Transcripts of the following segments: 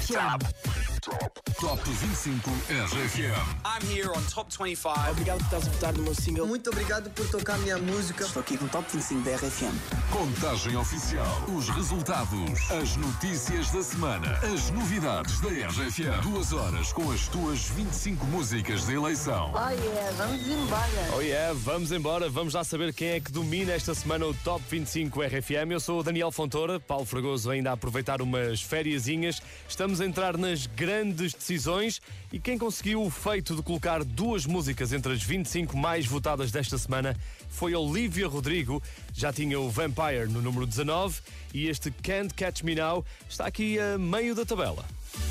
RFM. Top 25 RFM. I'm here on Top 25. Obrigado por estás a votar no meu single. Muito obrigado por tocar a minha música. Estou aqui no Top 25 da RFM. Contagem oficial. Os resultados. As notícias da semana. As novidades da RFM. 2 horas com as tuas 25 músicas de eleição. Oh yeah, vamos embora. Oh yeah, vamos embora. Vamos já saber quem é que domina esta semana o Top 25 RFM. Eu sou o Daniel Fontoura. Paulo Fragoso ainda a aproveitar umas fériasinhas. Estamos a entrar nas grandes decisões e quem conseguiu o feito de colocar 2 músicas entre as 25 mais votadas desta semana foi Olivia Rodrigo. Já tinha o Vampire no número 19 e este Can't Catch Me Now está aqui a meio da tabela.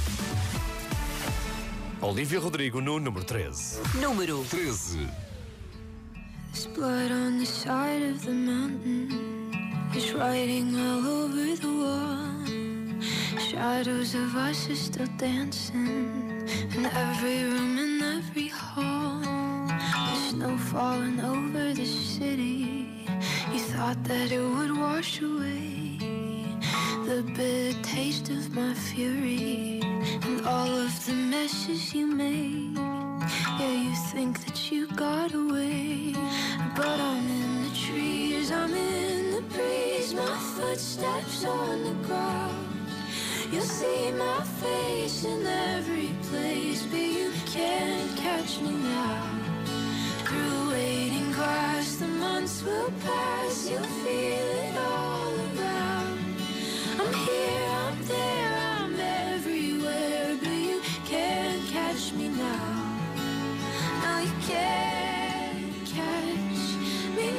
Olivia Rodrigo no número 13. Número 13. There's blood on the side of the mountain. It's writing all over the wall. Shadows of us are still dancing in every room and every hall. The snow falling over the city. You thought that it would wash away the bitter taste of my fury and all of the messes you made. Yeah, you think that you got away, but I'm in the trees, I'm in the breeze, my footsteps on the ground. You'll see my face in every place, but you can't catch me now. Through waiting grass, the months will pass, you'll feel it all around. I'm here, I'm there, I'm everywhere, but you can't catch me now. No, you can't catch me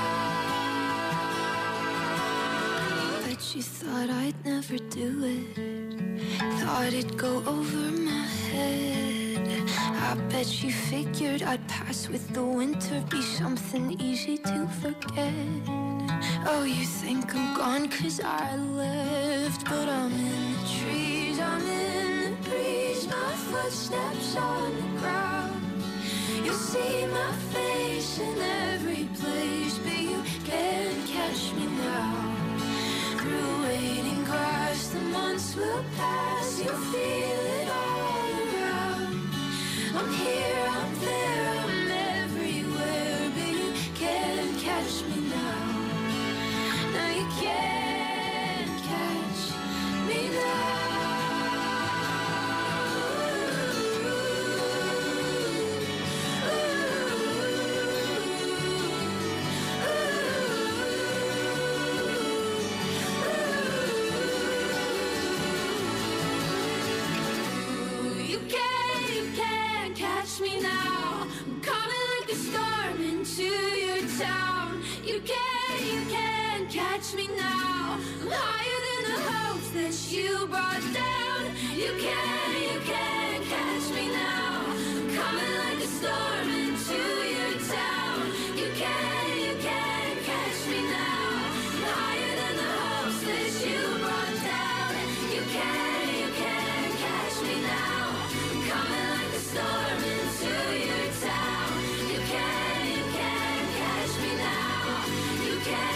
now. Bet you thought I'd never do it, thought it'd go over my head. I bet you figured I'd pass with the winter, be something easy to forget. Oh, you think I'm gone 'cause I left, but I'm in the trees, I'm in the breeze, my footsteps on the ground. You'll see my face in every place, but you can't catch me now. Through waiting grass, the months will pass, you'll feel it all around. I'm here, I'm there, I'm everywhere, but you can't catch me now. No, you can't catch me now. You can't catch me now. I'm coming like a storm into your town. You can't catch me now. I'm higher than the hopes that you brought down. You can't catch me now. I'm coming like a storm into your town. You can't catch me now. I'm higher than the hopes that you brought down. You can't catch me now. I'm coming like a storm into your town. You can't catch me now. You can.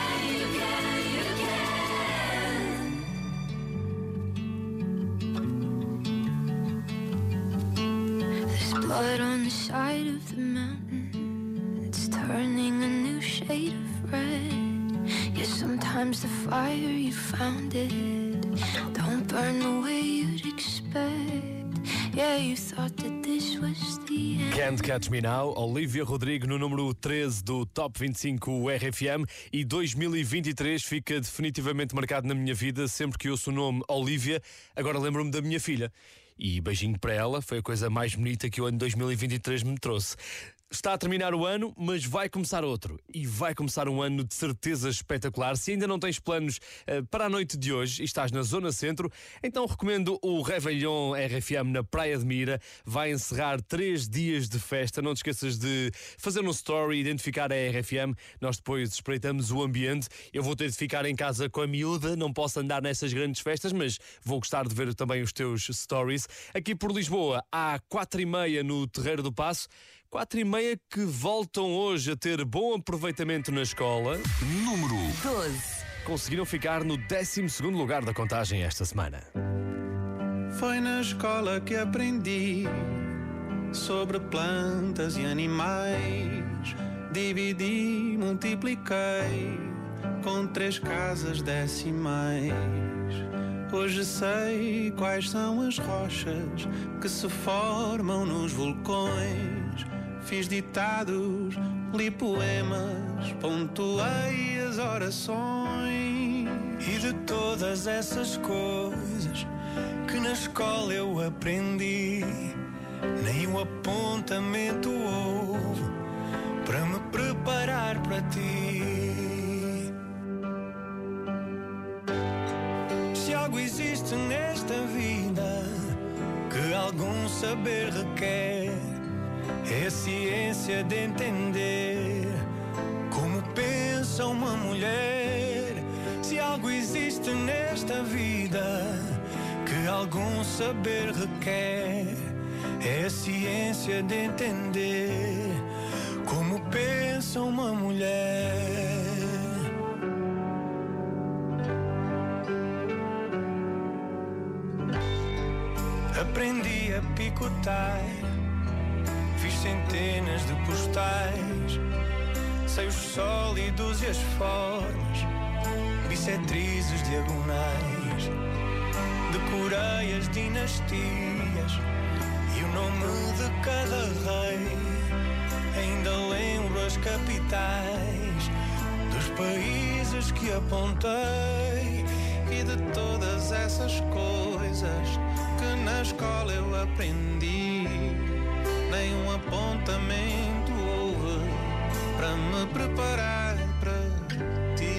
There's blood on the side of the mountain. It's turning a new shade of red. Yeah, sometimes the fire you found it don't burn the way you'd expect. Yeah, you thought that this was the end. Can't Catch Me Now, Olivia Rodrigo no número 13 do Top 25 RFM, e 2023 fica definitivamente marcado na minha vida. Sempre que ouço o nome Olivia, agora lembro-me da minha filha. E beijinho para ela, foi a coisa mais bonita que o ano 2023 me trouxe. Está a terminar o ano, mas vai começar outro. E vai começar um ano de certeza espetacular. Se ainda não tens planos para a noite de hoje e estás na Zona Centro, então recomendo o Réveillon RFM na Praia de Mira. Vai encerrar 3 dias de festa. Não te esqueças de fazer um story, identificar a RFM. Nós depois espreitamos o ambiente. Eu vou ter de ficar em casa com a miúda. Não posso andar nessas grandes festas, mas vou gostar de ver também os teus stories. Aqui por Lisboa, há 4h30 no Terreiro do Paço. 4h30 que voltam hoje a ter bom aproveitamento na escola. Número 12. Conseguiram ficar no 12º lugar da contagem esta semana. Foi na escola que aprendi sobre plantas e animais. Dividi, multipliquei com 3 casas decimais. Hoje sei quais são as rochas que se formam nos vulcões. Fiz ditados, li poemas, pontuei as orações. E de todas essas coisas que na escola eu aprendi, nem um apontamento houve para me preparar para ti. Se algo existe nesta vida que algum saber requer, é a ciência de entender como pensa uma mulher. Se algo existe nesta vida que algum saber requer, é a ciência de entender como pensa uma mulher. Aprendi a picotar, fiz centenas de postais, sei os sólidos e as formas, bissetrizes diagonais. Decorei as dinastias e o nome de cada rei. Ainda lembro as capitais dos países que apontei. E de todas essas coisas que na escola eu aprendi, nenhum apontamento houve para me preparar para ti.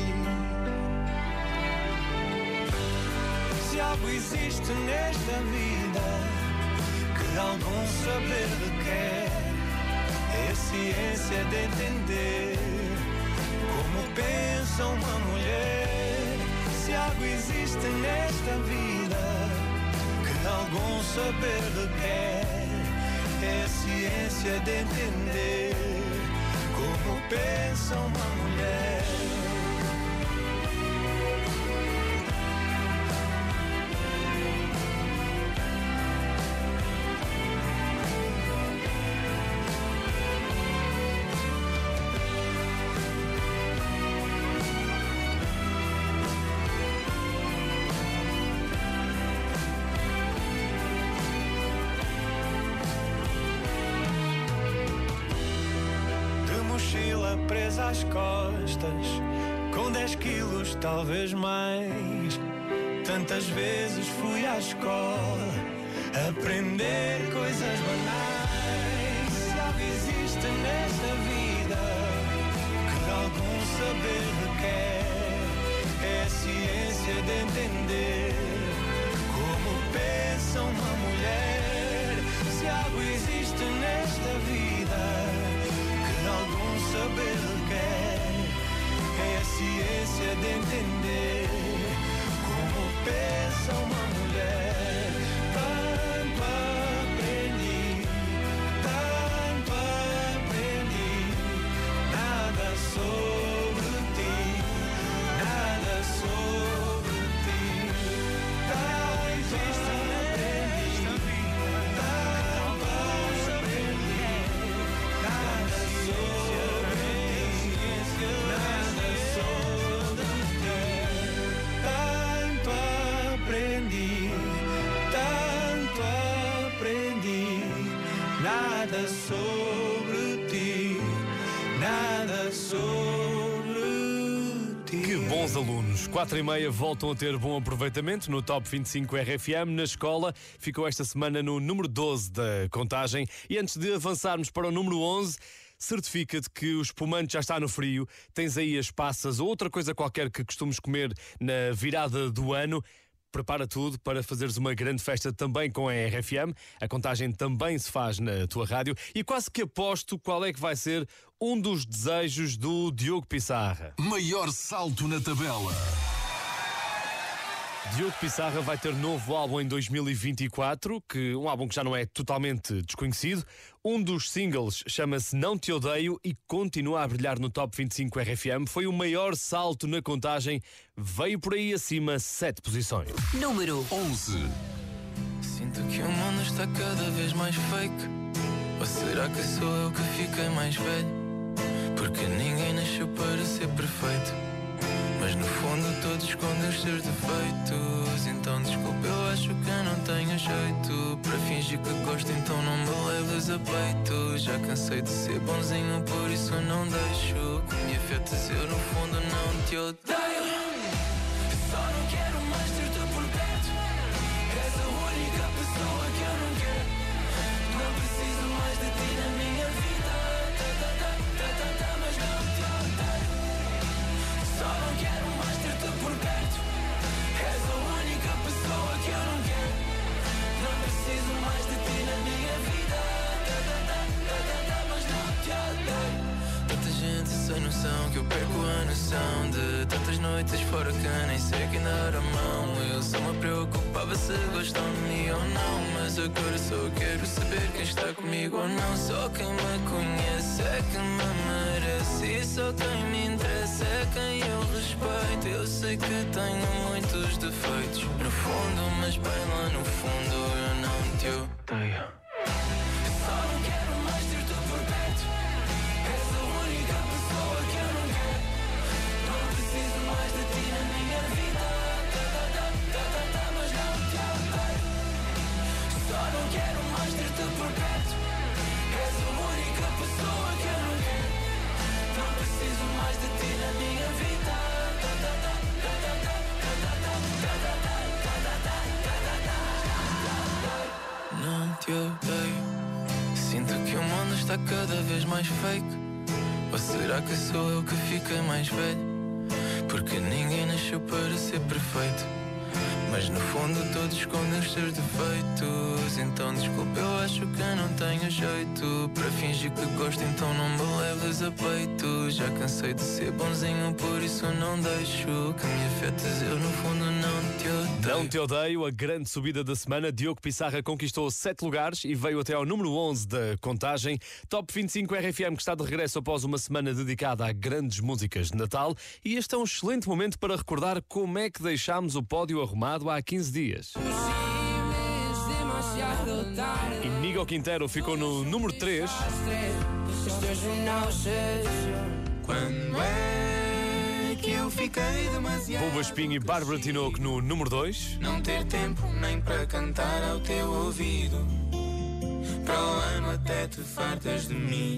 Se algo existe nesta vida que algum saber requer, é a ciência de entender como pensa uma mulher. Se algo existe nesta vida que algum saber requer, é a ciência de entender como pensa uma mulher. Presa às costas, com 10 quilos, talvez mais. Tantas vezes fui à escola aprender coisas banais. Se algo existe nesta vida que algum saber requer, é a ciência de entender como pensa uma mulher. Se algo existe nesta vida algum saber requer, é a ciência de entender como pensa uma mulher. Tanto aprendi, nada sobre ti, nada sobre ti. Tanto aprendi, nada sobre ti, nada sobre ti. Que bons alunos! 4h30 voltam a ter bom aproveitamento no Top 25 RFM. Na escola ficou esta semana no número 12 da contagem. E antes de avançarmos para o número 11, certifica-te que o espumante já está no frio. Tens aí as passas ou outra coisa qualquer que costumes comer na virada do ano. Prepara tudo para fazeres uma grande festa também com a RFM. A contagem também se faz na tua rádio. E quase que aposto qual é que vai ser um dos desejos do Diogo Pissarra. Maior salto na tabela. Diogo Pissarra vai ter novo álbum em 2024, um álbum que já não é totalmente desconhecido. Um dos singles chama-se Não Te Odeio e continua a brilhar no Top 25 RFM. Foi o maior salto na contagem, veio por aí acima 7 posições. Número 11. Sinto que o mundo está cada vez mais fake. Ou será que sou eu que fiquei mais velho? Porque ninguém nasceu para ser perfeito, mas no fundo todos escondem os seus defeitos. Então desculpa, eu acho que eu não tenho jeito para fingir que gosto, então não me leves a peito. Já cansei de ser bonzinho, por isso não deixo que me afetes, eu no fundo não te odeio. Só não quero mais ter-te por perto. És a única pessoa que eu não quero. Não preciso mais de ti na minha vida. Mas não te odeio. Só não quero mais ter-te por perto. És a única pessoa que eu não quero. Não preciso mais de ti na minha vida. Mas não te odeio. Tanta gente sem noção que eu perco a noção de tantas noites fora que nem sei quem dar a mão. Eu só me preocupava se gostam de mim ou não, mas agora só quero saber quem está comigo ou não. Só quem me conhece é que me merece, e só quem me interessa é quem eu respeito. Eu sei que tenho muitos defeitos no fundo, mas bem lá no fundo eu não te odeio. Só não quero mais ter-te por perto. És a única pessoa que eu não quero. Não preciso mais de ti na minha vida. Mas não te odeio. Só não quero mais ter-te por perto. És a única pessoa que eu não quero. Não preciso mais de ti na minha vida. Não te odeio. Sinto que o mundo está cada vez mais fake. Ou será que sou eu que fiquei mais velho? Porque ninguém nasceu para ser perfeito, mas no fundo todos escondem os seus defeitos. Então desculpa, eu acho que eu não tenho jeito para fingir que gosto, então não me leves a peito. Já cansei de ser bonzinho, por isso não deixo que me afetes, eu no fundo não te odeio. Não te odeio, a grande subida da semana. Diogo Pissarra conquistou 7 lugares e veio até ao número 11 da contagem. Top 25 RFM, que está de regresso após uma semana dedicada a grandes músicas de Natal. E este é um excelente momento para recordar como é que deixámos o pódio arrumado há 15 dias. E Nigo Quintero ficou no número 3. Quando é que eu fiquei demasiado? Buba Espinho e Bárbara Tinoco no número 2. Não ter tempo nem para cantar ao teu ouvido. Para o ano até te fartas de mim.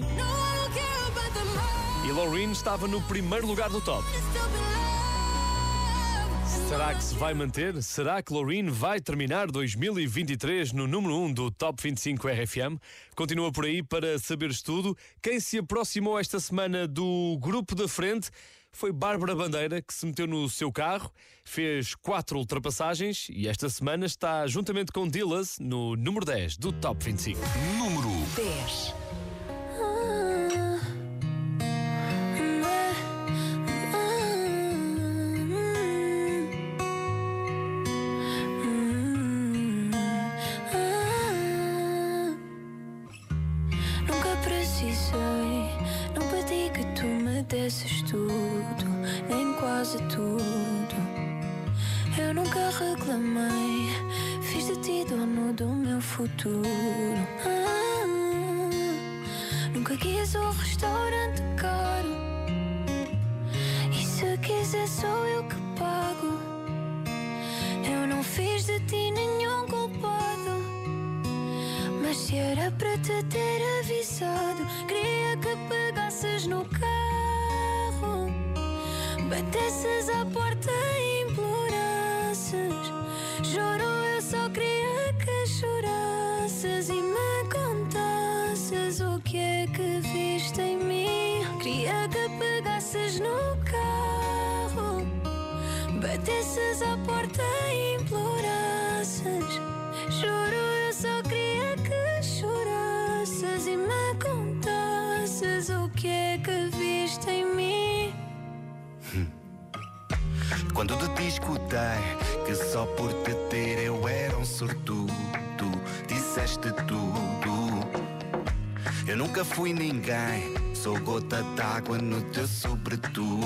E Loreen estava no primeiro lugar do top. Será que se vai manter? Será que Loreen vai terminar 2023 no número 1 do Top 25 RFM? Continua por aí para saberes tudo. Quem se aproximou esta semana do grupo da frente foi Bárbara Bandeira, que se meteu no seu carro, fez 4 ultrapassagens e esta semana está juntamente com Dillas no número 10 do Top 25. Número 10. Não pedi que tu me desses tudo, nem quase tudo. Eu nunca reclamei, fiz de ti dono do meu futuro. Nunca quis um restaurante caro, e se quiser sou eu que pago. Eu não fiz de ti nenhum culpado, mas se era para te ter avisado, queria que pegasses no carro, batesses à porta e implorasses. Juro, eu só queria que chorasses e me contasses o que é que viste em mim. Queria que pegasses no carro, batesses à porta e implorasses. Juro, eu só queria que chorasses e me contasses o que é que viste em mim. Quando te escutei que só por te ter eu era um sortudo, disseste tudo. Eu nunca fui ninguém, sou gota d'água no teu sobretudo.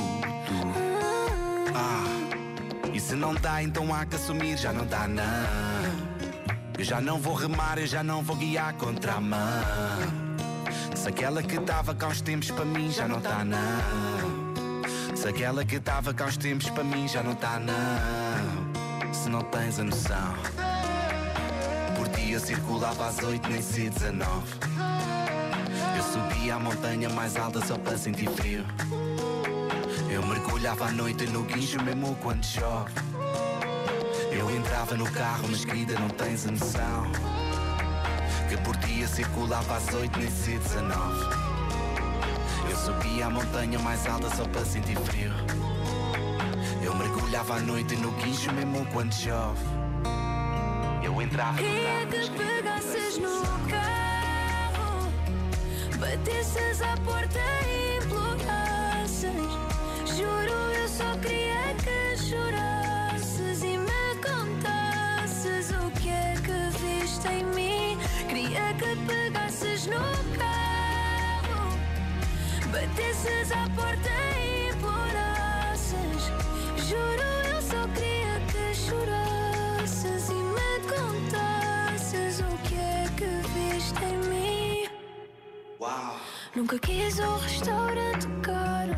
E se não dá, então há que assumir, já não dá não. Eu já não vou remar, eu já não vou guiar contra a mão. Se aquela que dava cá uns tempos para mim já não tá não. Se aquela que dava cá uns tempos para mim já não tá não. Se não tens a noção, por dia circulava às 8, nem se 19. Eu subia a montanha mais alta só para sentir frio. Eu mergulhava à noite no guincho mesmo quando chove. Eu entrava no carro, mas querida, não tens a noção, que por dia circulava às 8, nem se 19. Eu subia a montanha mais alta só para sentir frio. Eu mergulhava à noite no guincho mesmo quando chove. Eu entrava no carro, mas queria, que pegasses no carro, batesses à porta e implorasses. Juro, eu só queria que chorasses e me contasses o que é que viste em mim. Queria que pegasses no carro, batesses à porta e implorasses. Juro, eu só queria que chorasses e me contasses o que é que viste em mim. Uau. Nunca quis um restaurante caro,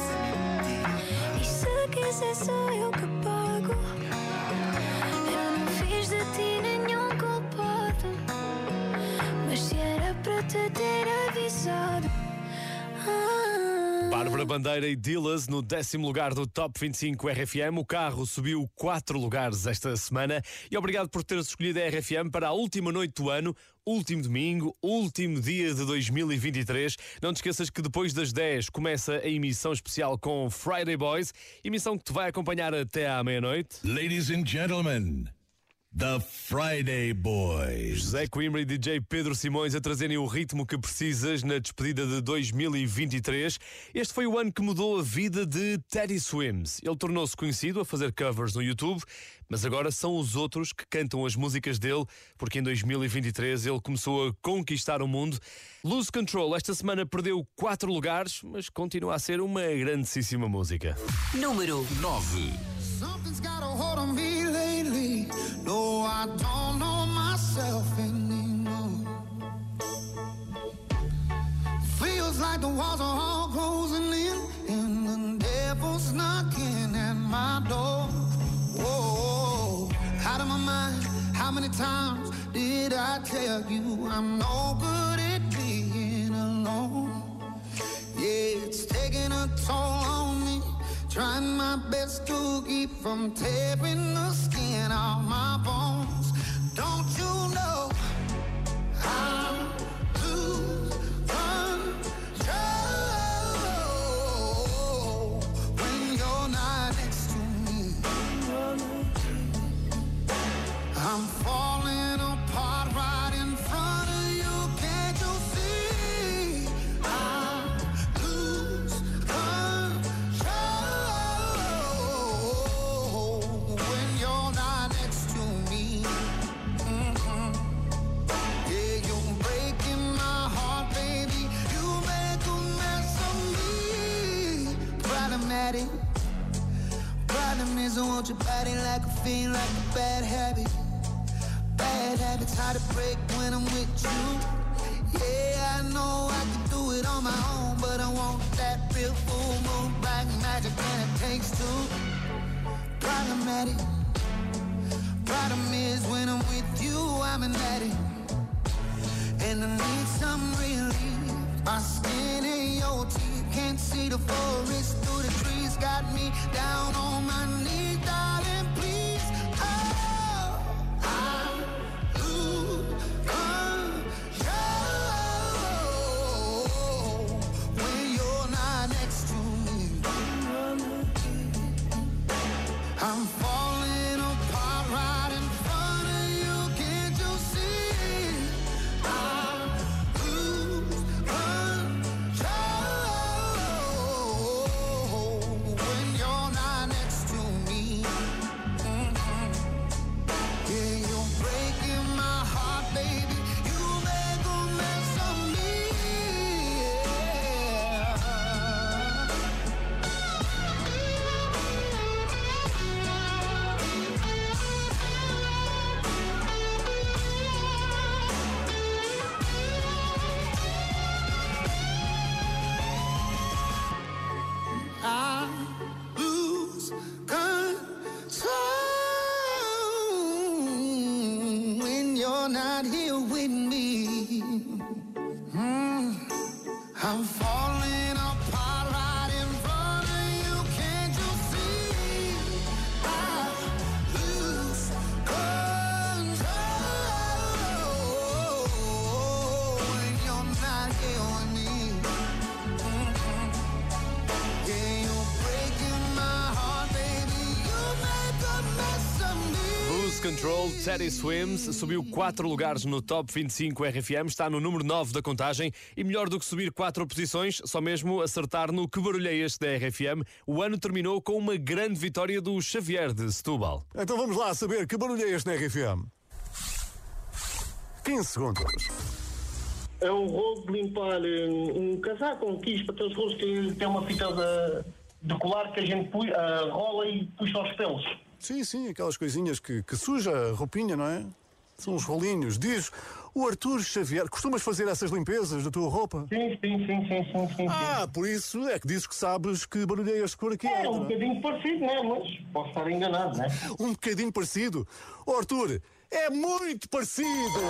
e se quiser sou eu que pago. Eu não fiz de ti nenhum culpado, mas se era para te ter avisado. Bárbara Bandeira e Dillas no 10º lugar do Top 25 RFM. O carro subiu 4 lugares esta semana. E obrigado por teres escolhido a RFM para a última noite do ano, último domingo, último dia de 2023. Não te esqueças que depois das 10 começa a emissão especial com Friday Boys, emissão que te vai acompanhar até à meia-noite. Ladies and gentlemen, The Friday Boys. José Coimbra e DJ Pedro Simões a trazerem o ritmo que precisas na despedida de 2023. Este foi o ano que mudou a vida de Teddy Swims. Ele tornou-se conhecido a fazer covers no YouTube, mas agora são os outros que cantam as músicas dele, porque em 2023 ele começou a conquistar o mundo. Lose Control esta semana perdeu 4 lugares, mas continua a ser uma grandíssima música. Número 9. Something's got a hold on me lately. No, I don't know myself anymore. Feels like the walls are all closing in, and the devil's knocking at my door. Whoa, out of my mind. How many times did I tell you I'm no good at being alone? Yeah, it's taking a toll on me. Trying my best to keep from tearing the skin off my bones. Don't you know I lose control when you're not next to me? I'm falling apart right in front of you. Can't you see? I lose control when you're not next to me. Yeah, you're breaking my heart, baby. You make a mess of me. Problematic. Problem is I want your body like a fiend, like a bad habit. Bad habits hard to break when I'm with you. Yeah, I know I can do it on my own, but I want that real full moon, black magic, and it takes two. Problematic. Problem is when I'm with you, I'm an addict, and I need some relief. My skin and your teeth, can't see the forest through the trees. Got me down on my knees, darling, please. Oh, I lose control when you're not next to me. I'm falling apart right in front of you. Can't you see? I lose control when you're not next to me. not here with me. I'm falling apart right in front of you. Can't you see? I lose control when you're not here with me. Yeah, you're breaking my heart, baby. You make a mess of me. Lose Control, Teddy Swims, subiu 4 lugares no Top 25 RFM, está no número 9 da contagem e melhor do que subir 4 posições, só mesmo acertar no Que Barulho é Este da RFM. O ano terminou com uma grande vitória do Xavier de Setúbal. Então vamos lá saber que barulho é este na RFM. 15 segundos. É um rolo de limpar um casaco, um quiche, para aqueles rolos que tem uma fita de colar que a gente rola e puxa aos pelos. Sim, aquelas coisinhas que suja a roupinha, não é? São uns rolinhos. Diz o Arthur Xavier, costumas fazer essas limpezas da tua roupa? Sim. Ah, por isso é que dizes que sabes que barulho é este por aqui. É um bocadinho parecido, não é? Mas posso estar enganado, não é? Um bocadinho parecido? Oh, Arthur, é muito parecido!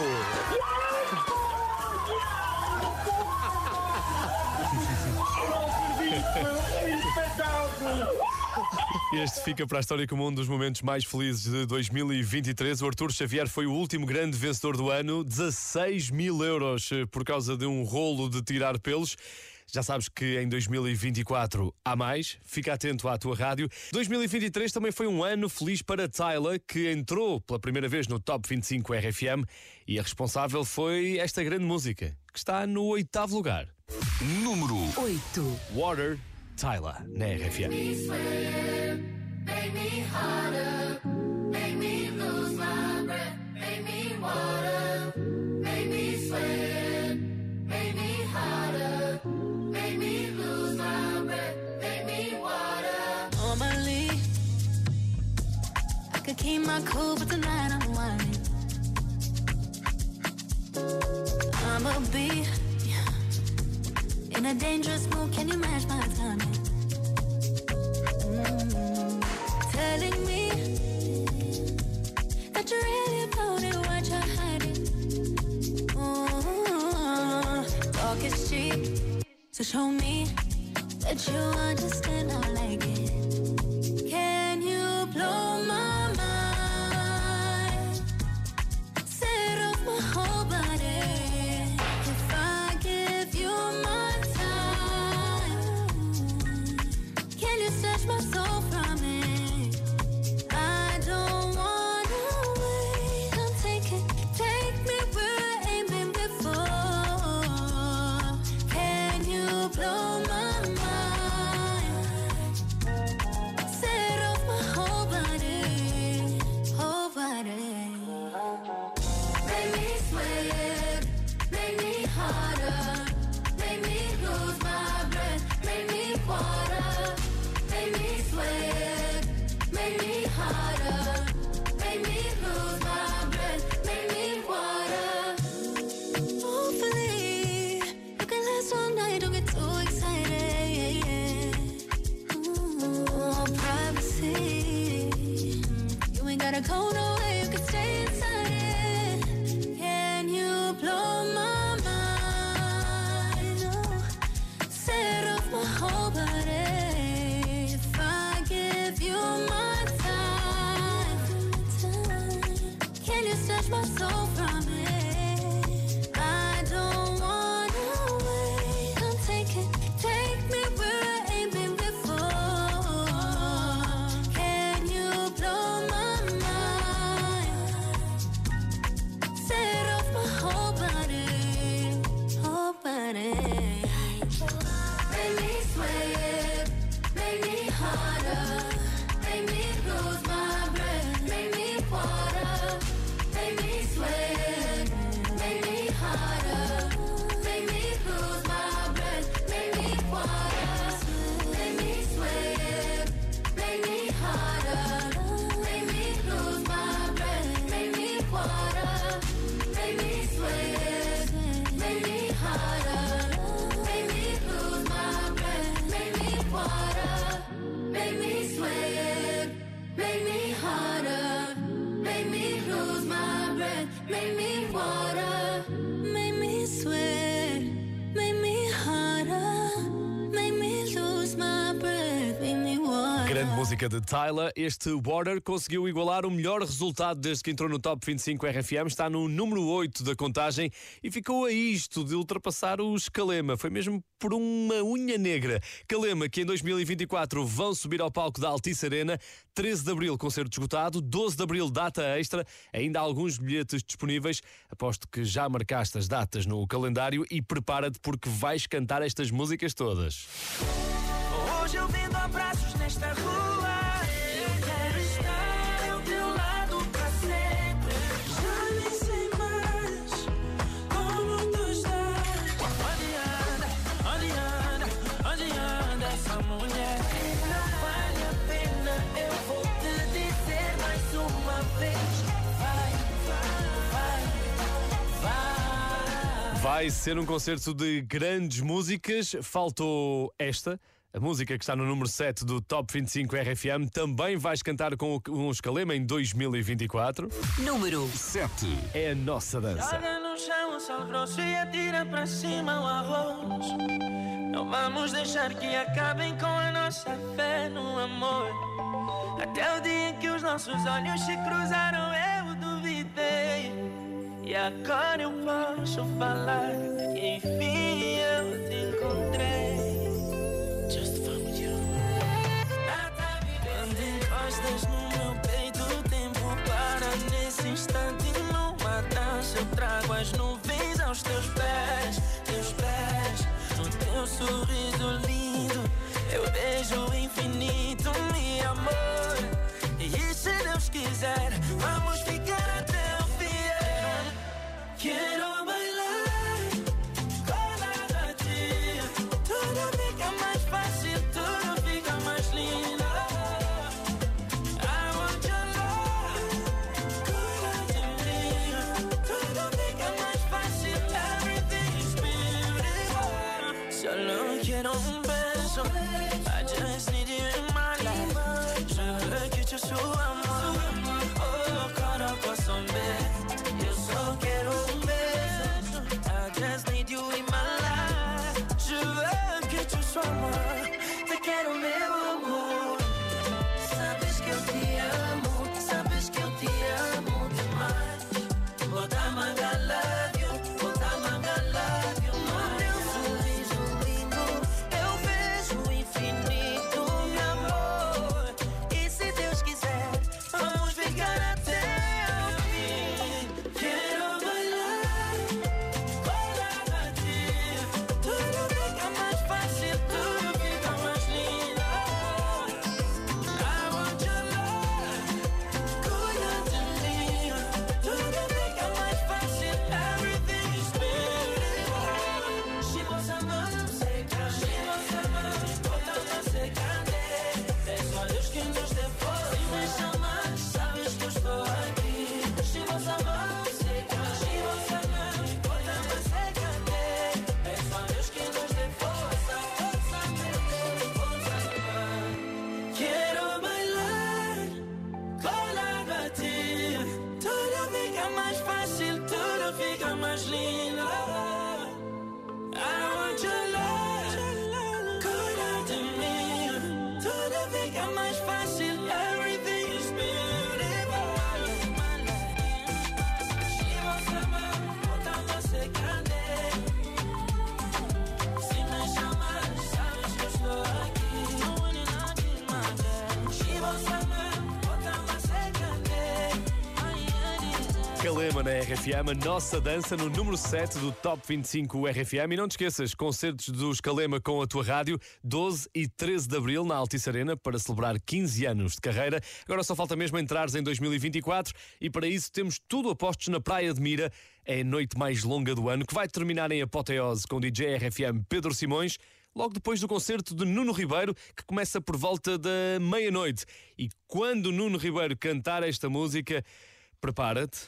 Este fica para a história como um dos momentos mais felizes de 2023. O Arthur Xavier foi o último grande vencedor do ano, 16 mil euros por causa de um rolo de tirar pelos. Já sabes que em 2024 há mais, fica atento à tua rádio. 2023 também foi um ano feliz para Tyla, que entrou pela primeira vez no Top 25 RFM e a responsável foi esta grande música, que está no 8º lugar. Número 8. Water, Tyla, na RFM. Make me harder, make me lose my breath, make me water, make me sweat, make me harder, make me lose my breath, make me water. Normally, I could keep my cool, but tonight I'm whining. I'ma be in a dangerous mood, can you match my timing? Telling me that you really about it, what you're hiding. Talk is cheap, so show me that you understand how I like it. Can you blow my mind? Set off my whole body. If I give you my time, can you search my soul from it? Make me water, made me sweat, made me harder, made me lose my breath, made me water. Grande música de Tyler. Este Water conseguiu igualar o melhor resultado desde que entrou no Top 25 RFM. Está no número 8 da contagem e ficou a isto de ultrapassar os Calema. Foi mesmo por uma unha negra. Calema, que em 2024 vão subir ao palco da Altice Arena. 13 de Abril, concerto esgotado. 12 de Abril, data extra. Ainda há alguns bilhetes disponíveis. Aposto que já marcaste as datas no calendário e prepara-te porque vais cantar estas músicas todas. Hoje eu vendo abraços nesta rua. Eu quero estar ao teu lado pra sempre. Já nem sei mais como tu estás. Onde anda essa mulher? Não vale a pena, eu vou te dizer mais uma vez. Vai ser um concerto de grandes músicas. Faltou esta. A música que está no número 7 do Top 25 RFM. Também vais cantar com os Calema em 2024. Número 7. É a nossa dança. Joga no chão o sal grosso e atira para cima o arroz. Não vamos deixar que acabem com a nossa fé no amor. Até o dia em que os nossos olhos se cruzaram eu duvidei. E agora eu posso falar que enfim eu te encontrei. Encostas no meu peito, o tempo para nesse instante. Numa dança eu trago as nuvens aos teus pés. No teu sorriso lindo eu vejo o infinito, meu amor. E se Deus quiser, vamos ficar até o fim. Quero bailar colado a ti. Tudo fica mais fácil, tudo fica mais lindo. Quiero un beso, I just need you in my life. Je veux que tu sois moi, oh, cara posso ver. Eu só quero um beijo, I just need you in my life. Je veux que tu sois moi, te quero meu amor. Sabes que eu te amo, sabes que eu te amo demais. Bota manga love you, bota manga love you. Calema na RFM, a nossa dança no número 7 do Top 25 RFM. E não te esqueças, concertos dos Calema com a tua rádio, 12 e 13 de Abril na Altice Arena, para celebrar 15 anos de carreira. Agora só falta mesmo entrares em 2024 e para isso temos tudo a postos na Praia de Mira. É a noite mais longa do ano, que vai terminar em apoteose com o DJ RFM Pedro Simões, logo depois do concerto de Nuno Ribeiro, que começa por volta da meia-noite. E quando Nuno Ribeiro cantar esta música, prepara-te.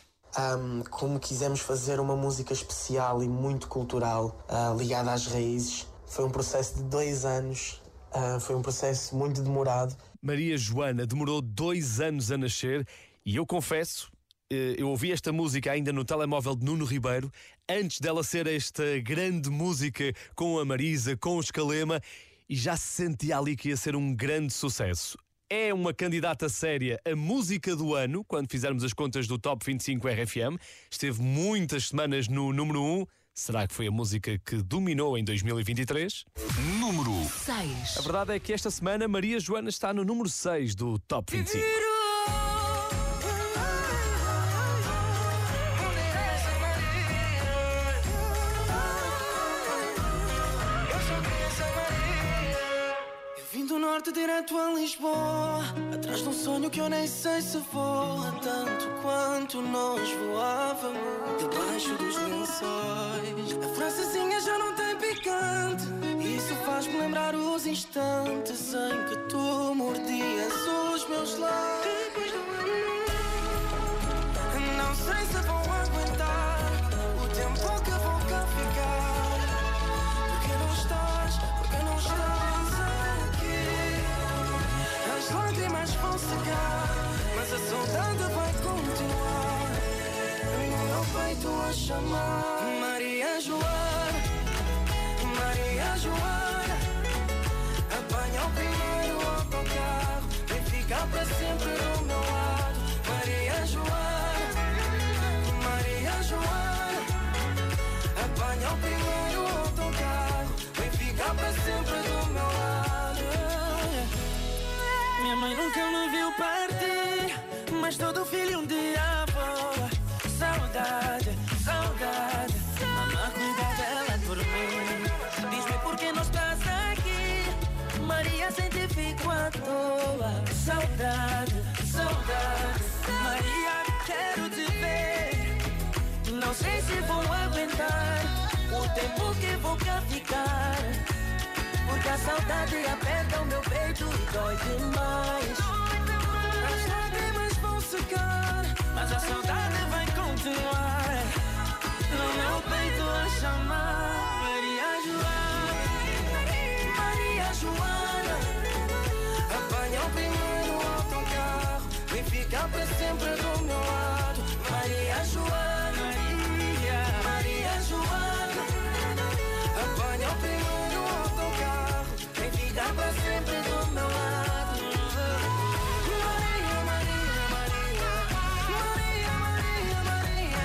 Como quisemos fazer uma música especial e muito cultural, ligada às raízes, foi um processo de 2 anos, foi um processo muito demorado. Maria Joana demorou 2 anos a nascer e eu confesso, eu ouvi esta música ainda no telemóvel de Nuno Ribeiro, antes dela ser esta grande música com a Marisa, com o Escalema, e já se sentia ali que ia ser um grande sucesso. É uma candidata séria a música do ano, quando fizermos as contas do Top 25 RFM. Esteve muitas semanas no número 1. Será que foi a música que dominou em 2023? Número 6. A verdade é que esta semana Maria Joana está no número 6 do Top 25. Vim do norte direto a Lisboa, atrás de um sonho que eu nem sei se voa, tanto quanto nós voávamos debaixo dos lençóis. A francesinha já não tem picante, isso faz-me lembrar os instantes em que tu mordias os meus lábios. Não sei se vou aguentar o tempo que vou cá ficar. Porque não estás aqui. As lágrimas vão secar, mas a saudade vai continuar. No meu peito a chamar Maria Joana, Maria Joana. Apanha o primeiro autocarro, vem ficar para sempre do meu lado. Maria Joana, Maria Joana. Apanha o primeiro autocarro, vem ficar para sempre do meu lado. Minha mãe nunca me viu partir, mas todo filho um dia voa. Saudade, saudade, mamãe cuida dela por mim. Diz-me por que não estás aqui, Maria, sem ti fico à toa. Saudade, saudade, Maria, quero te ver. Não sei se vou aguentar o tempo que vou cá ficar, porque a saudade aperta o meu peito e dói demais. As lágrimas vão secar, mas a saudade vai continuar. No meu peito a chamar Maria Joana, Maria Joana. Apanha o primeiro autocarro, vem ficar para sempre do meu lado. Maria Joana, Maria Joana. Apanha o primeiro autocarro, vem ficar para sempre do meu lado. Maria, Maria, Maria. Maria, Maria, Maria.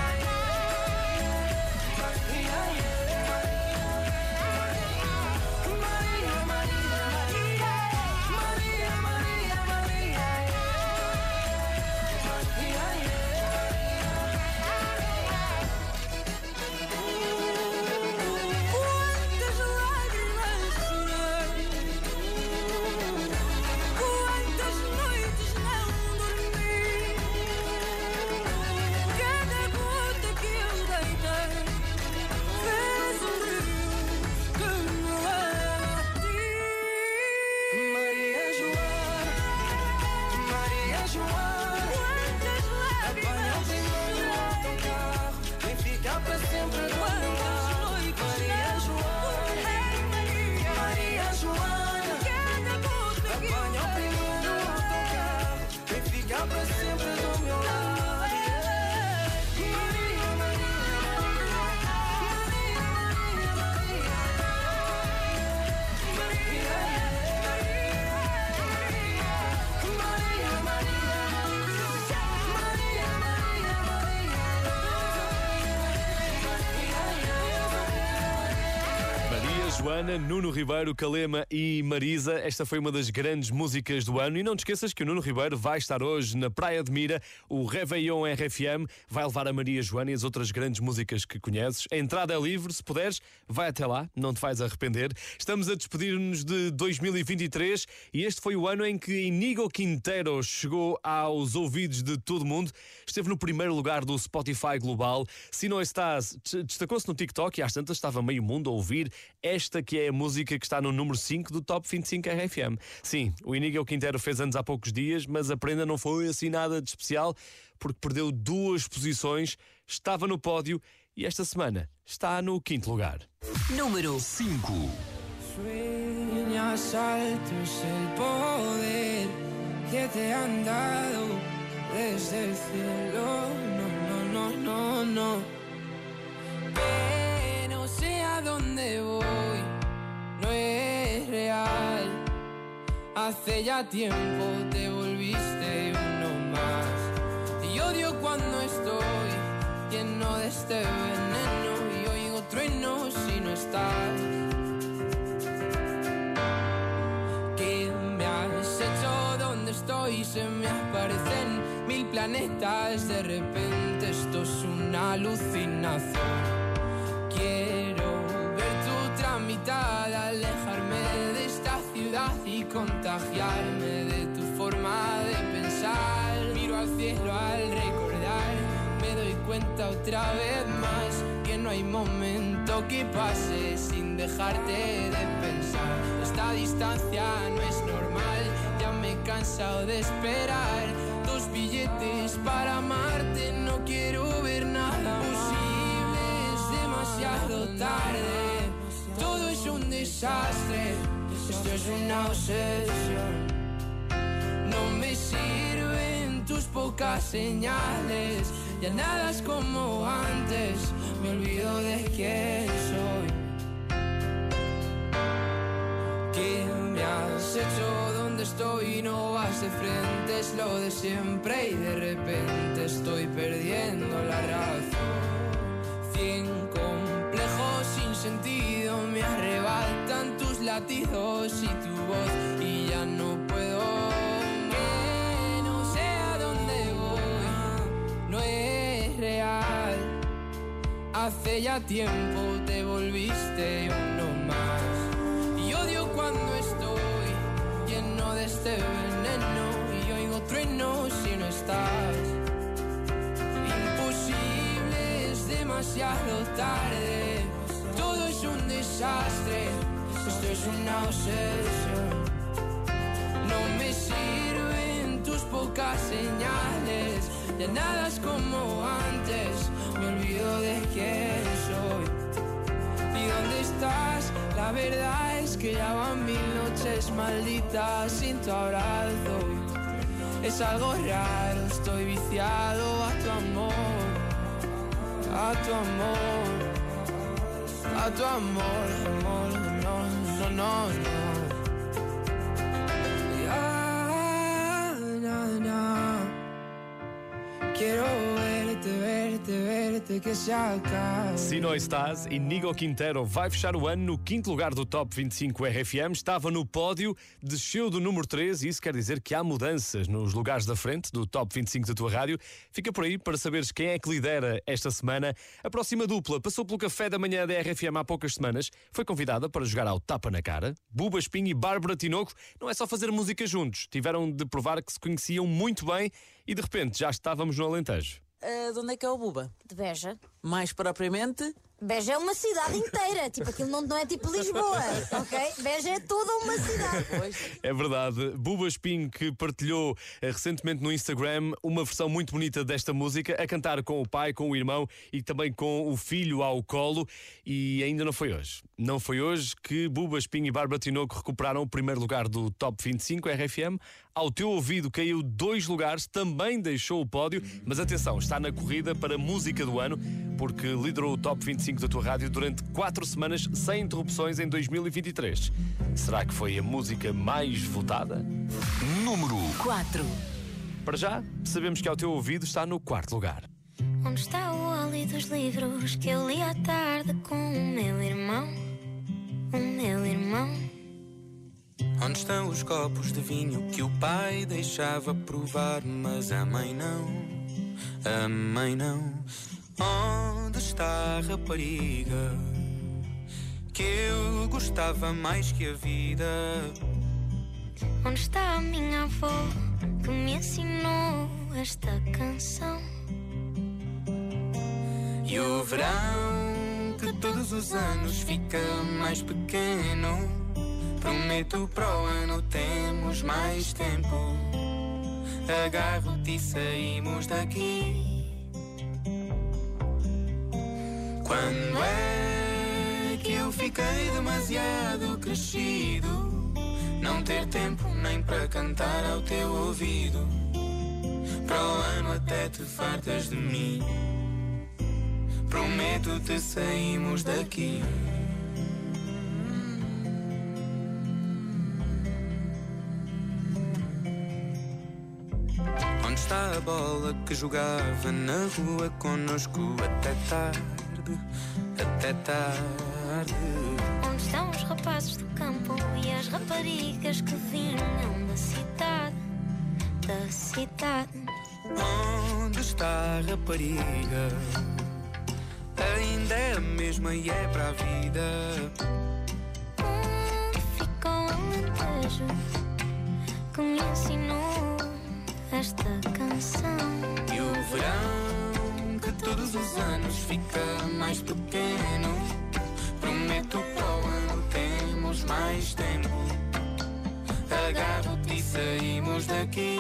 Maria, Maria, Maria. Maria, Maria, Maria. Quantas lágrimas chorei, quantas noites não dormi, cada gota que eu deitei fez um rio que me leva a ti. Maria Joana, Maria Joana. Quantas lágrimas apanha o primeiro autocarro, vem ficar para sempre do meu lado. Maria Joana, Maria Joana. Cada gota que apanha o primeiro autocarro, vem ficar para sempre do meu lado. Maria, Maria, Maria. Maria, Maria, Maria. Maria, Maria, Maria Joana, Nuno Ribeiro, Calema e Marisa. Esta foi uma das grandes músicas do ano. E não te esqueças que o Nuno Ribeiro vai estar hoje na Praia de Mira. O Réveillon RFM vai levar a Maria Joana e as outras grandes músicas que conheces. A entrada é livre, se puderes, vai até lá, não te vais arrepender. Estamos a despedir-nos de 2023 e este foi o ano em que Inigo Quintero chegou aos ouvidos de todo mundo. Esteve no primeiro lugar do Spotify Global. Se não estás, destacou-se no TikTok e às tantas estava meio mundo a ouvir esta que é a música que está no número 5 do Top 25 RFM. Sim, o Inigo Quintero fez anos há poucos dias, mas a prenda não foi assim nada de especial, porque perdeu 2 posições, estava no pódio e esta semana está no 5º lugar. Número 5. Sueñas altos el poder que te han dado desde el cielo. No no, no. Pero sé a dónde voy, no es real. Hace ya tiempo te volviste uno más. Y odio cuando estoy lleno de este veneno y oigo truenos si no estás. ¿Qué me has hecho? ¿Dónde estoy? Se me aparecen 1000 planetas. De repente esto es una alucinación. Quiero ver tu tramitada, alejarme de esta ciudad y contagiarme de tu forma de pensar. Miro al cielo al recordar, me doy cuenta otra vez más que no hay momento que pase sin dejarte de pensar. Esta distancia no es normal, ya me he cansado de esperar. 2 billetes para amarte, no quiero ver nada posible, es demasiado tarde. Todo es un desastre, esto es una obsesión. No me sirven tus pocas señales, ya nada es como antes, me olvido de quién soy. ¿Qué me has hecho? ¿Dónde estoy? No vas de frente, es lo de siempre y de repente estoy perdiendo la razón. 100 complejos sin sentido me arrebatan tus latidos y tu voz y ya no puedo. Que no sé a dónde voy, no es real. Hace ya tiempo te volviste uno más. Y odio cuando estoy lleno de este veneno y oigo truenos si no estás. Imposible, es demasiado tarde. Todo es un desastre, esto es una obsesión. No me sirven tus pocas señales, ya nada es como antes, me olvido de quién soy. ¿Y dónde estás? La verdad es que ya van 1000 noches malditas sin tu abrazo. Es algo raro, estoy viciado a tu amor, a tu amor, a tu amor, amor, no, no, no, no. Ya, no, no. Quiero verte, verte, verte, que se acabe. Se não estás, Inigo Quintero vai fechar o ano no 5º lugar do Top 25 RFM. Estava no pódio, desceu do número 3 e isso quer dizer que há mudanças nos lugares da frente do Top 25 da tua rádio. Fica por aí para saberes quem é que lidera esta semana. A próxima dupla passou pelo café da manhã da RFM há poucas semanas. Foi convidada para jogar ao Tapa na Cara. Buba Espinho e Bárbara Tinoco não é só fazer música juntos. Tiveram de provar que se conheciam muito bem e de repente já estávamos no Alentejo. De onde é que é o Buba? De Beja. Mais propriamente? Beja é uma cidade inteira, tipo aquilo não é tipo Lisboa, ok? Beja é toda uma cidade. É verdade. Buba Espinho que partilhou recentemente no Instagram uma versão muito bonita desta música, a cantar com o pai, com o irmão e também com o filho ao colo. E ainda não foi hoje. Não foi hoje que Buba Espinho e Bárbara Tinoco recuperaram o primeiro lugar do Top 25 RFM. Ao teu ouvido caiu 2 lugares, também deixou o pódio, mas atenção, está na corrida para a música do ano, porque liderou o Top 25 da tua rádio durante 4 semanas sem interrupções em 2023. Será que foi a música mais votada? Número 4. Para já, sabemos que ao teu ouvido está no 4º lugar. Onde está o óleo dos livros que eu li à tarde com o meu irmão? O meu irmão. Onde estão os copos de vinho que o pai deixava provar, mas a mãe não, a mãe não. Onde está a rapariga que eu gostava mais que a vida? Onde está a minha avó que me ensinou esta canção? E o verão que todos os anos fica mais pequeno. Prometo para o ano temos mais tempo. Agarro-te e saímos daqui. Quando é que eu fiquei demasiado crescido? Não ter tempo nem para cantar ao teu ouvido. Para o ano até te fartas de mim. prometo-te saímos daqui. Onde está a bola que jogava na rua connosco até tarde, até tarde? Onde estão os rapazes do campo e as raparigas que vinham da cidade, da cidade? Onde está a rapariga? Ainda é a mesma e é para a vida. Onde fica o Alentejo que me ensinou esta canção? E o verão que todos os anos fica mais pequeno. Prometo para o ano temos mais tempo. Agarro-te e saímos daqui.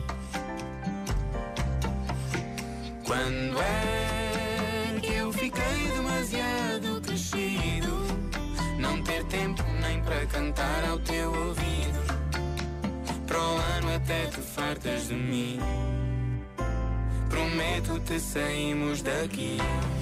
Quando é que eu fiquei demasiado crescido? Não ter tempo nem para cantar ao teu ouvido. Para o ano até te fartas de mim. Prometo-te saímos daqui.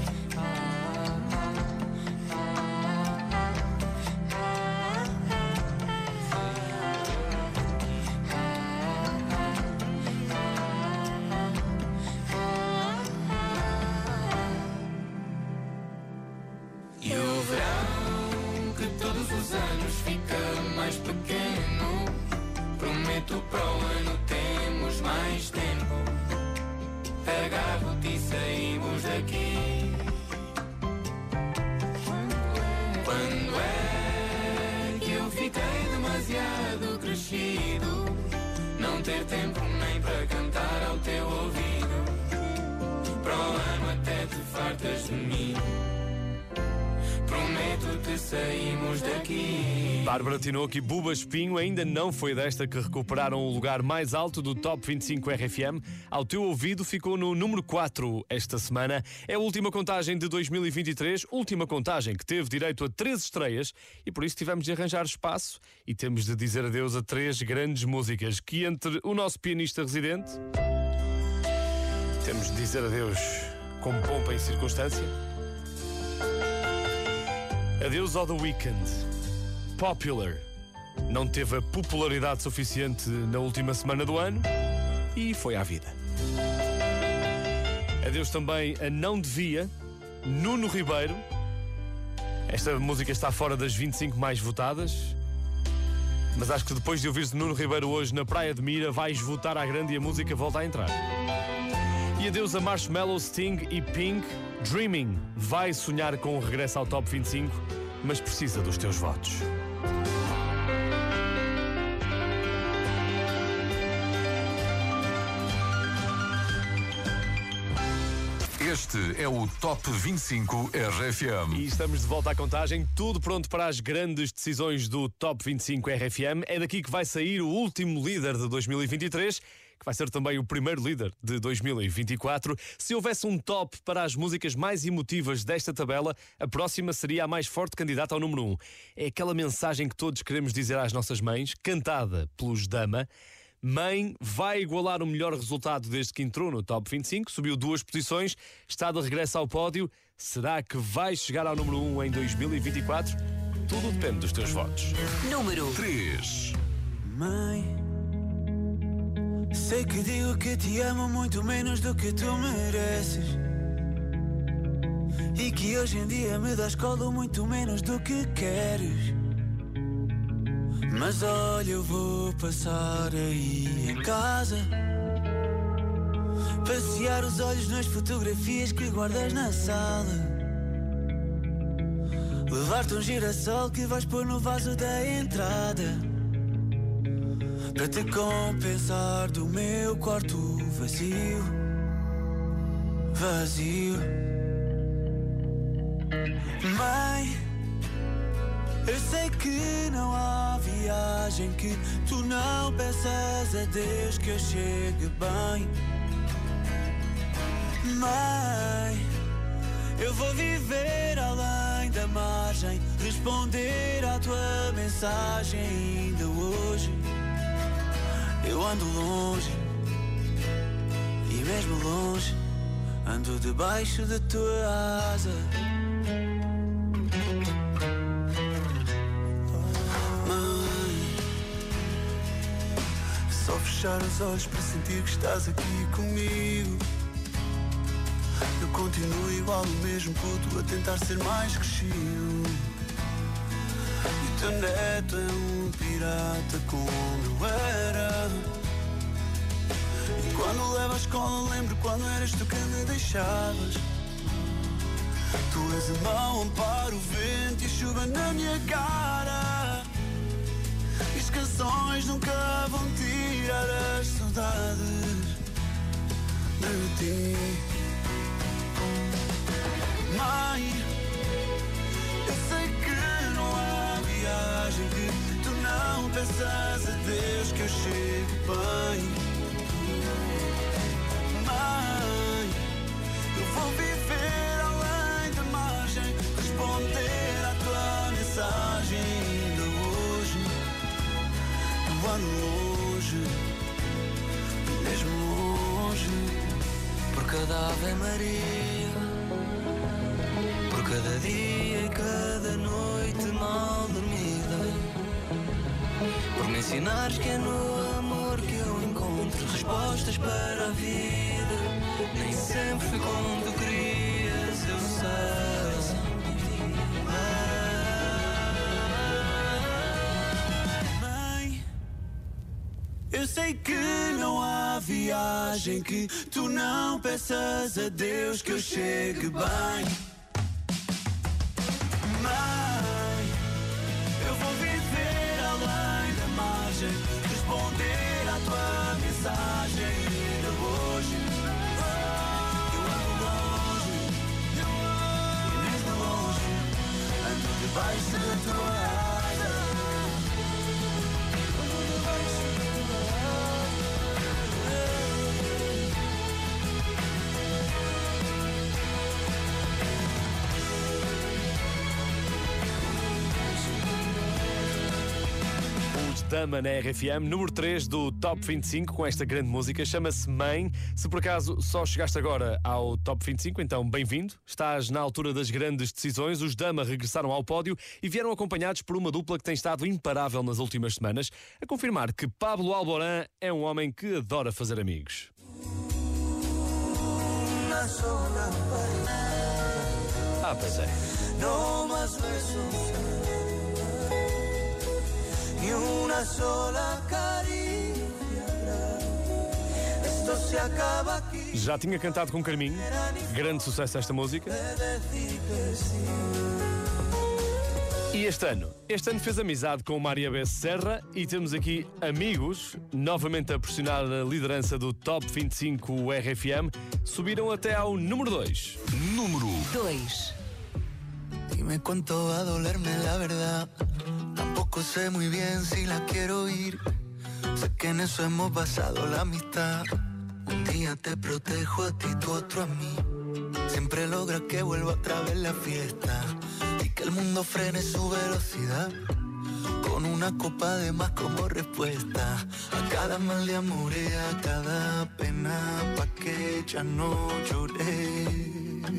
E o verão que todos os anos fica mais pequeno. Prometo para o ano temos mais tempo. Agarro-te e saímos daqui. Quando é que eu fiquei demasiado crescido? Não ter tempo nem para cantar ao teu ouvido. Para o ano até te fartas de mim. Prometo-te saímos daqui. Bárbara Tinoco e Buba Espinho ainda não foi desta que recuperaram o lugar mais alto do Top 25 RFM. Ao teu ouvido ficou no número 4 esta semana. É a última contagem de 2023, última contagem que teve direito a 3 estreias e por isso tivemos de arranjar espaço e temos de dizer adeus a 3 grandes músicas que entre o nosso pianista residente temos de dizer adeus com pompa e circunstância. Adeus ao The Weeknd. Popular. Não teve a popularidade suficiente na última semana do ano e foi à vida. Adeus também a Não Devia, Nuno Ribeiro. Esta música está fora das 25 mais votadas, mas acho que depois de ouvir-se Nuno Ribeiro hoje na Praia de Mira vais votar à grande e a música volta a entrar. E adeus a Marshmello, Sting e Pink. Dreaming vai sonhar com o regresso ao Top 25, mas precisa dos teus votos. Este é o Top 25 RFM. E estamos de volta à contagem, tudo pronto para as grandes decisões do Top 25 RFM. É daqui que vai sair o último líder de 2023, que vai ser também o primeiro líder de 2024. Se houvesse um top para as músicas mais emotivas desta tabela, a próxima seria a mais forte candidata ao número 1. É aquela mensagem que todos queremos dizer às nossas mães, cantada pelos Dama. Mãe vai igualar o melhor resultado desde que entrou no Top 25, subiu 2 posições, está de regresso ao pódio. Será que vai chegar ao número 1 em 2024? Tudo depende dos teus votos. Número 3. Mãe, sei que digo que te amo muito menos do que tu mereces, e que hoje em dia me das colo muito menos do que queres. Mas olha, eu vou passar aí em casa, passear os olhos nas fotografias que guardas na sala, levar-te um girassol que vais pôr no vaso da entrada, para te compensar do meu quarto vazio, vazio. Mãe, eu sei que não há viagem que tu não peças a Deus que eu chegue bem. Mãe, eu vou viver além da margem, responder à tua mensagem ainda hoje. Eu ando longe, e mesmo longe, ando debaixo da tua asa. fechar os olhos para sentir que estás aqui comigo. Eu continuo igual, o mesmo puto, a tentar ser mais crescido. E o teu neto é um pirata como eu era. E quando levo à escola lembro quando eras tu que me deixavas. Tu és a mão, amparo, o vento e a chuva na minha cara. E as canções nunca vão tirar as saudades de ti. Mãe, eu sei que não há viagem que tu não peças a Deus que eu chegue bem. Mãe, eu vou viver além da margem, responder à tua mensagem ainda hoje. Do ano longe, mesmo longe. Por cada Ave Maria, por cada dia e cada noite mal dormida, por me ensinares que é no amor que eu encontro respostas para a vida. Nem sempre fui como tu querias, eu sei. Mãe, eu sei que não há viagem que tu não peças a Deus que eu chegue bem. Mãe, eu vou viver além da margem, responder à tua mensagem ainda hoje. Eu ando longe, e mesmo longe, ando debaixo da tua asa. Ando debaixo da tua asa. Dama na RFM, número 3 do Top 25, com esta grande música, chama-se Mãe. Se por acaso só chegaste agora ao Top 25, então bem-vindo. Estás na altura das grandes decisões. Os Dama regressaram ao pódio e vieram acompanhados por uma dupla que tem estado imparável nas últimas semanas, a confirmar que Pablo Alborán é um homem que adora fazer amigos. Pois é. No más besos, ni una sola caricia. Esto se acaba aquí. Já tinha cantado com Carminho, grande sucesso esta música. E este ano fez amizade com Maria B. Serra e temos aqui Amigos, novamente a pressionar a liderança do Top 25 RFM, subiram até ao número 2. Número 2. Dime cuánto va a dolerme la verdad. Tampoco sé muy bien si la quiero ir. Sé que en eso hemos basado la amistad. Un día te protejo a ti, tú otro a mí. Siempre logra que vuelva otra vez la fiesta y que el mundo frene su velocidad. Con una copa de más como respuesta a cada mal de amor y a cada pena, pa' que ya no lloré.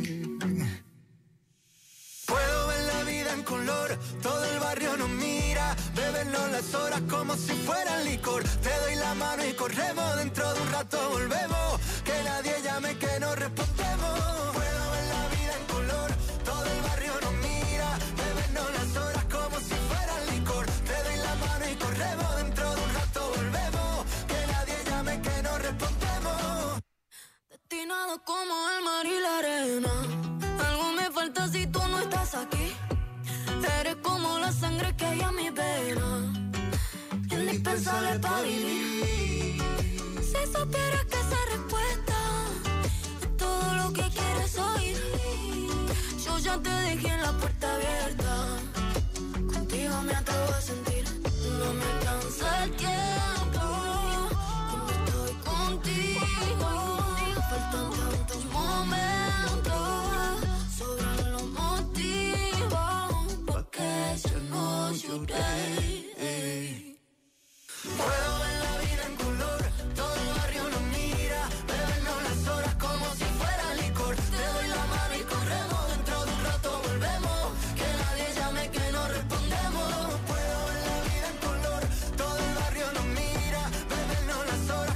Puedo ver la vida en color, todo el barrio nos mira, bebernos las horas como si fueran licor. Te doy la mano y corremos, dentro de un rato volvemos, que nadie llame que no respondemos. Puedo ver la vida en color, todo el barrio nos mira, bebernos las horas como si fueran licor. Te doy la mano y corremos, dentro de un rato volvemos, que nadie llame que no respondemos. Destinado como el mar y la arena, algo me falta si tú no estás aquí. Eres como la sangre que hay en mi vena, indispensable para vivir. Si supieras que esa respuesta es todo lo que quieres oír. Yo ya te dejé en la puerta abierta, contigo me atrevo a sentir. No me alcanza el tiempo cuando estoy contigo. Faltan tantos momentos, sobran los motivos pa' que yo no lloré. Puedo ver la vida en color, todo el barrio nos mira, bebernos las horas como si fuera licor. Te doy la mano y corremos, dentro de un rato volvemos, que nadie llame que no respondemos. Puedo ver la vida en color, todo el barrio nos mira, bebernos las horas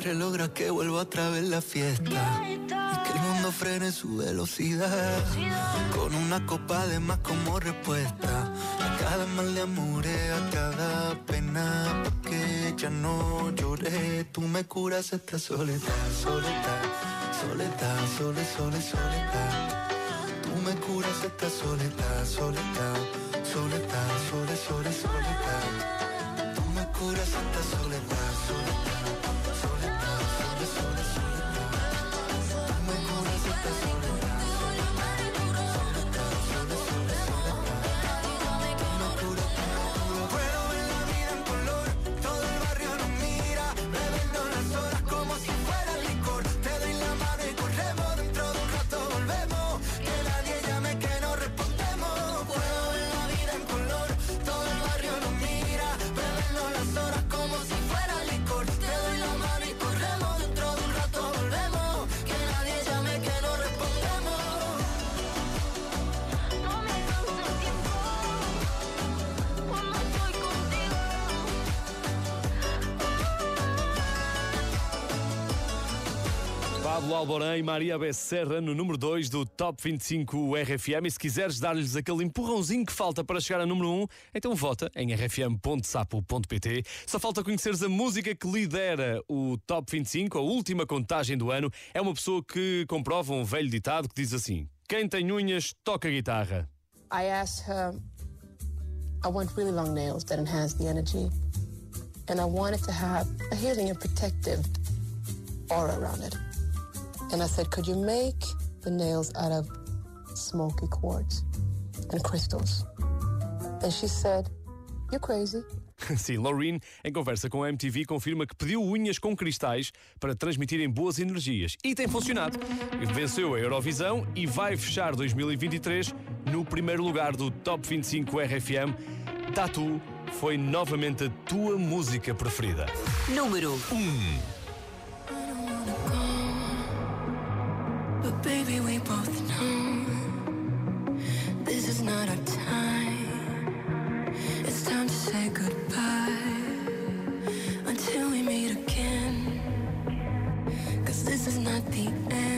quieres lograr que vuelva otra vez la fiesta y que el mundo frene su velocidad con una copa de más como respuesta a cada mal de amor, a cada pena, porque ya no lloré. Tú me curas esta soledad, soledad, soledad, soledad. Tú me curas esta soledad, soledad, soledad, soledad. Tú me curas esta soledad, soledad, soledad, soledad. Tú me curas esta soledad, puedo ver la vida en color, todo el barrio nos mira, bebiendo las horas como si fuera licor. Te doy la mano y corremos, dentro de un rato volvemos. Que nadie llame, que no respondemos. Puedo ver la vida en color, todo el barrio nos mira, bebiendo las horas como si fuera licor. Te doy la mano y corremos, dentro de un rato volvemos. Que nadie llame, que no respondemos. No me canso el tiempo cuando estoy contigo. Pablo Alborán e Maria Becerra no número 2 do Top 25 RFM. E se quiseres dar-lhes aquele empurrãozinho que falta para chegar a número 1, então vota em rfm.sapo.pt. Só falta conheceres a música que lidera o Top 25, a última contagem do ano. É uma pessoa que comprova um velho ditado que diz assim: quem tem unhas, toca guitarra. I asked her, I want really long nails that enhance the energy. And I wanted to have a healing and protective aura around it. And I said, could you make the nails out of smoky quartz and crystals? And she said, you're crazy. Sim, Loreen, em conversa com a MTV, confirma que pediu unhas com cristais para transmitirem boas energias. E tem funcionado. Venceu a Eurovisão e vai fechar 2023 no primeiro lugar do Top 25 RFM. Tatu foi novamente a tua música preferida. Número 1. But baby, we both know this is not our time. It's time to say goodbye until we meet again. 'Cause this is not the end.